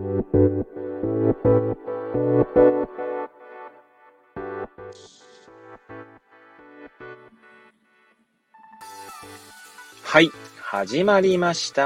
はい、始まりました。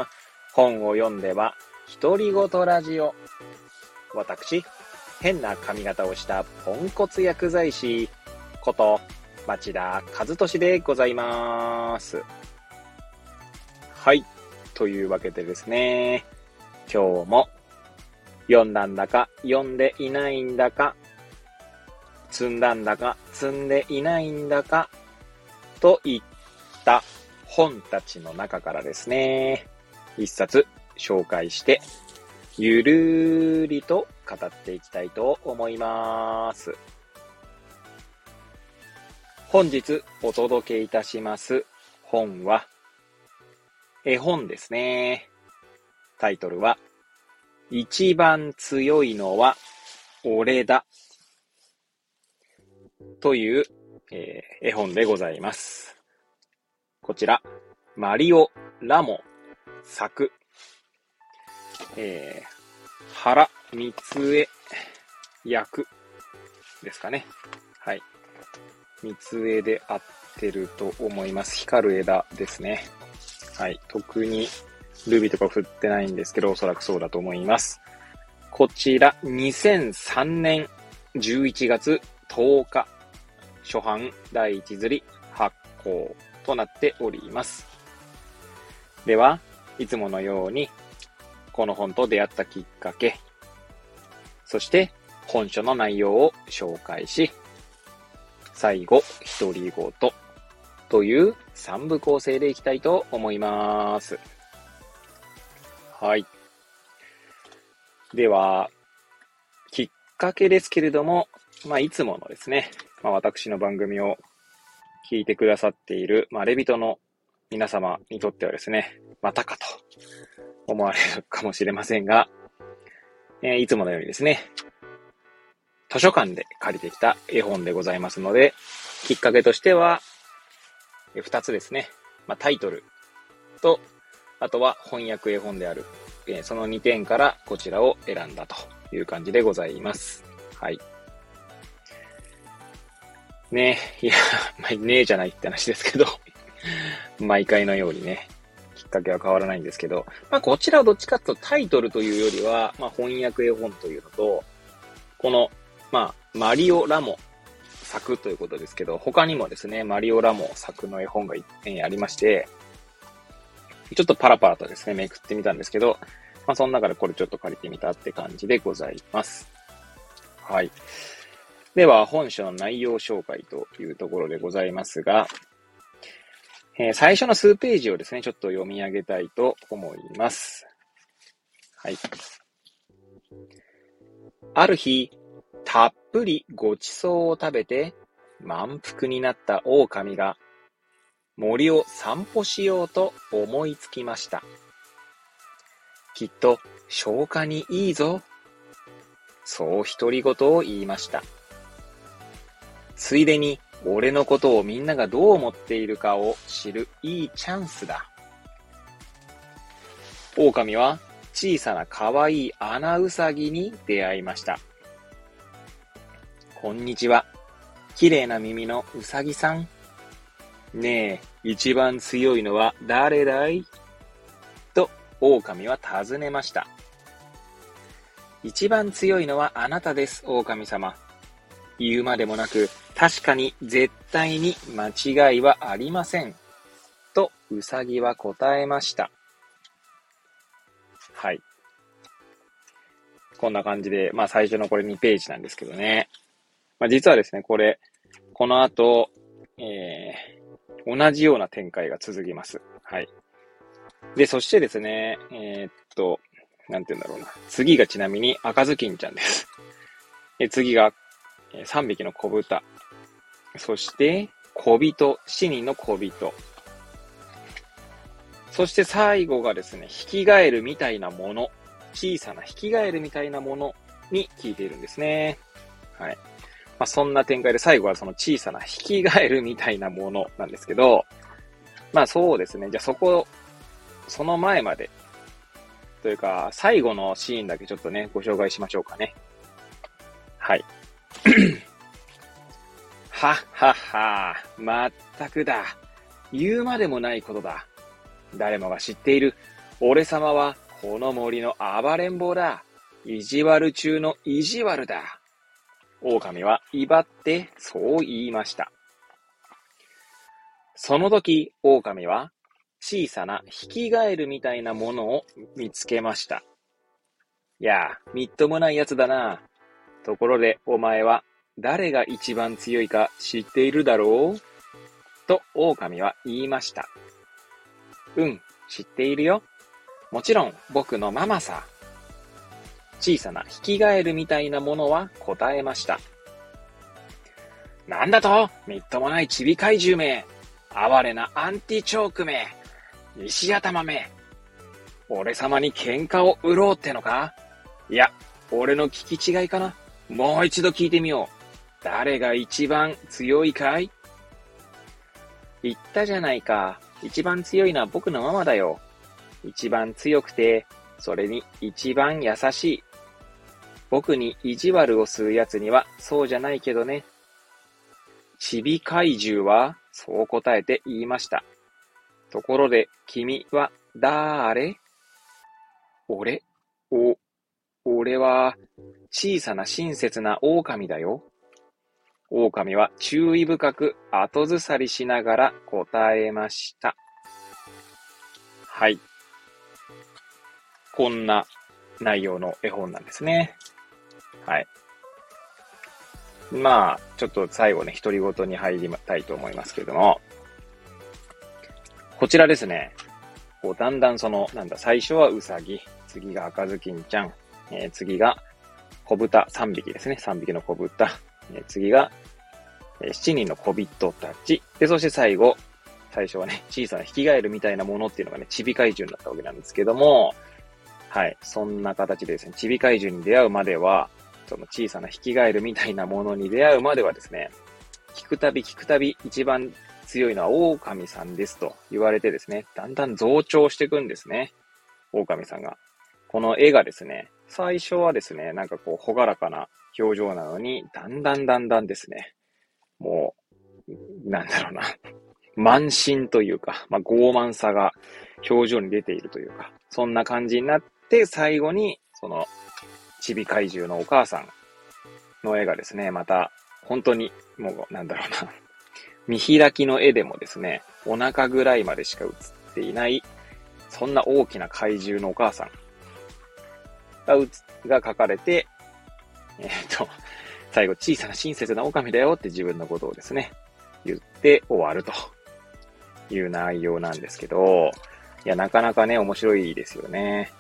本を読んでは独り言ラジオ。私、変な髪型をしたポンコツ薬剤師こと町田和俊でございます。はい、というわけでですね、今日も読んだんだか読んでいないんだか、積んだんだか積んでいないんだかといった本たちの中からですね、一冊紹介してゆるーりと語っていきたいと思います。本日お届けいたします本は絵本ですね。タイトルは一番強いのは俺だという、絵本でございます。こちらマリオ・ラモ作、原光恵役ですかね。はい。光恵で合ってると思います。光る枝ですね。はい。特にルビーとか振ってないんですけど、おそらくそうだと思います。こちら2003年11月10日初版第一釣り発行となっております。では、いつものようにこの本と出会ったきっかけ、そして本書の内容を紹介し、最後独り言という3部構成でいきたいと思います。はい。では、きっかけですけれども、いつものですね、私の番組を聞いてくださっている、レビトの皆様にとってはですね、またかと思われるかもしれませんが、いつものようにですね、図書館で借りてきた絵本でございますので、きっかけとしては、2つですね。タイトルと、あとは翻訳絵本である。その2点からこちらを選んだという感じでございます。はい。ねえ、いや、ねえじゃないって話ですけど、毎回のようにね、きっかけは変わらないんですけど、こちらはどっちかというとタイトルというよりは、翻訳絵本というのと、この、マリオ・ラモ作ということですけど、他にもですね、マリオ・ラモ作の絵本が1点ありまして、ちょっとパラパラとですね、めくってみたんですけど、その中でこれちょっと借りてみたって感じでございます。はい。では、本書の内容紹介というところでございますが、最初の数ページをですね、ちょっと読み上げたいと思います。はい。ある日、たっぷりごちそうを食べて満腹になった狼が森を散歩しようと思いつきました。きっと消化にいいぞ。そう独り言を言いました。ついでに俺のことをみんながどう思っているかを知るいいチャンスだ。狼は小さなかわいいアナウサギに出会いました。こんにちは。綺麗な耳のうさぎさん。ねえ、一番強いのは誰だい？と狼は尋ねました。一番強いのはあなたです、狼様。言うまでもなく、確かに絶対に間違いはありません。とうさぎは答えました。はい。こんな感じで、最初のこれ2ページなんですけどね。実はですね、この後、同じような展開が続きます。はい。で、そしてですね、なんて言うんだろうな。次がちなみに赤ずきんちゃんです。次が3匹の子豚。そして、小人、7人の小人。そして最後がですね、ヒキガエルみたいなもの。小さなヒキガエルみたいなものに聞いているんですね。はい。そんな展開で最後はその小さなヒキガエルみたいなものなんですけど、そうですね。じゃあその前までというか、最後のシーンだけちょっとね、ご紹介しましょうかね。はい。はっはっは、まったくだ。言うまでもないことだ。誰もが知っている。俺様は、この森の暴れん坊だ。意地悪中の意地悪だ。狼は威張ってそう言いました。その時、狼は小さなヒキガエルみたいなものを見つけました。いや、みっともないやつだな。ところで、お前は誰が一番強いか知っているだろうと狼は言いました。うん、知っているよ。もちろん僕のママさ。小さなヒキガエルみたいなものは答えました。なんだとみっともないチビ怪獣め。哀れなアンティチョークめ。石頭め。俺様に喧嘩を売ろうってのか？いや、俺の聞き違いかな。もう一度聞いてみよう。誰が一番強いかい？言ったじゃないか。一番強いのは僕のママだよ。一番強くて、それに一番優しい。僕に意地悪をする奴にはそうじゃないけどね。チビ怪獣はそう答えて言いました。ところで君はだーれ？俺は小さな親切な狼だよ。狼は注意深く後ずさりしながら答えました。はい。こんな内容の絵本なんですね。はい。まあ、ちょっと最後ね、独り言に入りたいと思いますけれども、こちらですね、こうだんだん最初はウサギ、次が赤ずきんちゃん、次が小豚3匹ですね、3匹の小豚、次が7人の小人たち、で、そして最初はね、小さなヒキガエルみたいなものっていうのがね、チビ怪獣になったわけなんですけども、はい、そんな形でですね、チビ怪獣に出会うまでは、その小さなヒキガエルみたいなものに出会うまではですね、聞くたび一番強いのは狼さんですと言われてですね、だんだん増長していくんですね。狼さんが。この絵がですね、最初はですね、なんかこう、朗らかな表情なのに、だんだんですね、もう、なんだろうな、慢心というか、傲慢さが表情に出ているというか、そんな感じになって、最後に、チビ怪獣のお母さんの絵がですね、また、本当に、もう、なんだろうな、見開きの絵でもですね、お腹ぐらいまでしか映っていない、そんな大きな怪獣のお母さんが描かれて、最後、小さな親切な狼だよって自分のことをですね、言って終わるという内容なんですけど、いや、なかなかね、面白いですよね。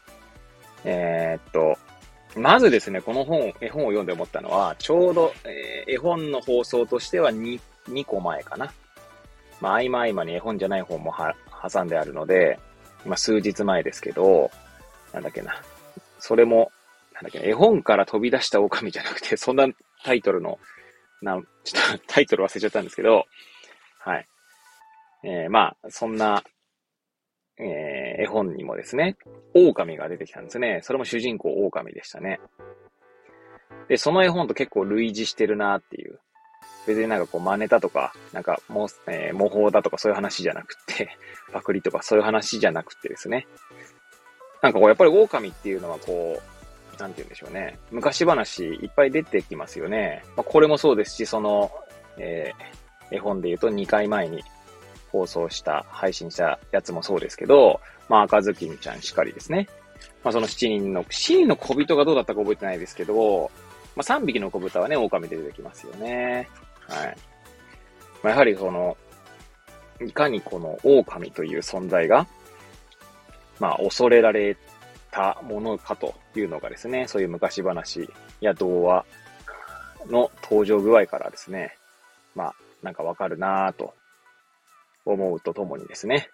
まずですね、この絵本を読んで思ったのは、ちょうど、絵本の放送としては2個前かな。合間に絵本じゃない本も挟んであるので、数日前ですけど、なんだっけな。それも、絵本から飛び出した狼じゃなくて、そんなタイトルの、ちょっとタイトル忘れちゃったんですけど、はい。そんな、絵本にもですね、狼が出てきたんですね。それも主人公狼でしたね。で、その絵本と結構類似してるなっていう。別になんかこう真似たとか、なんか模倣だとかそういう話じゃなくて、パクリとかそういう話じゃなくてですね。なんかこうやっぱり狼っていうのはこう、なんて言うんでしょうね。昔話いっぱい出てきますよね。これもそうですし、絵本で言うと2回前に配信したやつもそうですけど、赤ずきんちゃんしかりですね。その7人の小人がどうだったか覚えてないですけど、3匹の小豚はね、狼で出てきますよね。はい。やはりいかにこの狼という存在が、恐れられたものかというのがですね、そういう昔話や童話の登場具合からですね、なんかわかるなぁと思うとともにですね、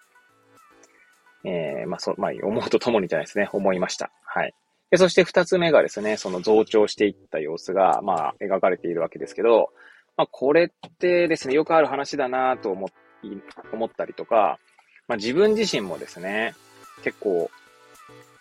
思うとともにじゃないですね、思いました。はい。で、そして二つ目がですね、その増長していった様子が、描かれているわけですけど、これってですね、よくある話だなと思ったりとか、自分自身もですね、結構、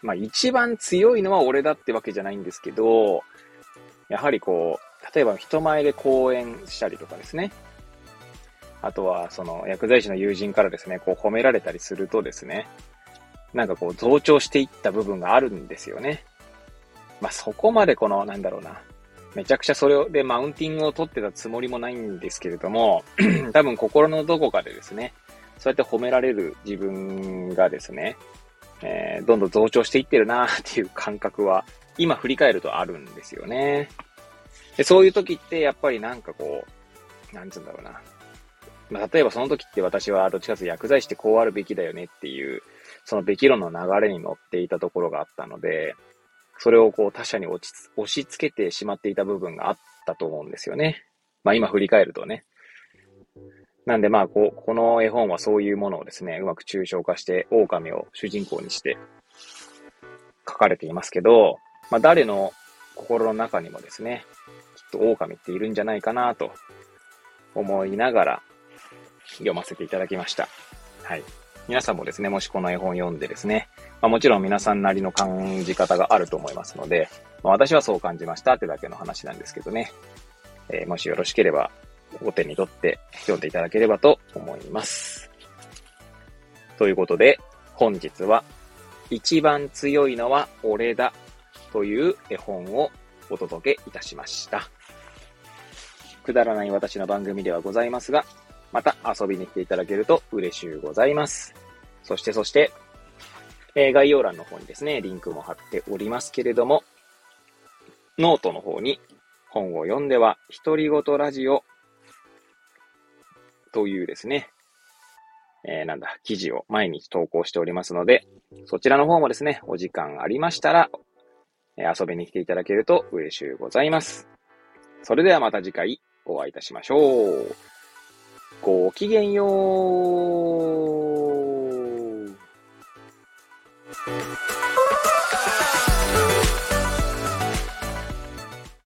まあ一番強いのは俺だってわけじゃないんですけど、やはりこう、例えば人前で講演したりとかですね。あとはその薬剤師の友人からですね、こう褒められたりするとですね、なんかこう増長していった部分があるんですよね。まあそこまでこの、なんだろうな。めちゃくちゃそれでマウンティングを取ってたつもりもないんですけれども、多分心のどこかでですね、そうやって褒められる自分がですね、どんどん増長していってるなっていう感覚は、今振り返るとあるんですよね。で、そういう時ってやっぱりなんかこう、なんつうんだろうな。まあ、例えばその時って私はどっちかというと薬剤師ってこうあるべきだよねっていう、そのべき論の流れに乗っていたところがあったので、それをこう他者に押し付けてしまっていた部分があったと思うんですよね。まあ今振り返るとね。なんでまあこの絵本はそういうものをですね、うまく抽象化して狼を主人公にして書かれていますけど、まあ誰の心の中にもですね、きっと狼っているんじゃないかなと思いながら読ませていただきました。はい。皆さんもですね、もしこの絵本読んでですね、まあ、もちろん皆さんなりの感じ方があると思いますので、まあ、私はそう感じましたってだけの話なんですけどね、もしよろしければお手に取って読んでいただければと思います。ということで、本日は一番強いのは俺だという絵本をお届けいたしました。くだらない私の番組ではございますが、また遊びに来ていただけると嬉しゅうございます。そして、概要欄の方にですね、リンクも貼っておりますけれども、ノートの方に本を読んでは独り言ラジオというですね、記事を毎日投稿しておりますので、そちらの方もですね、お時間ありましたら、遊びに来ていただけると嬉しゅうございます。それではまた次回お会いいたしましょう。ごきげんよう。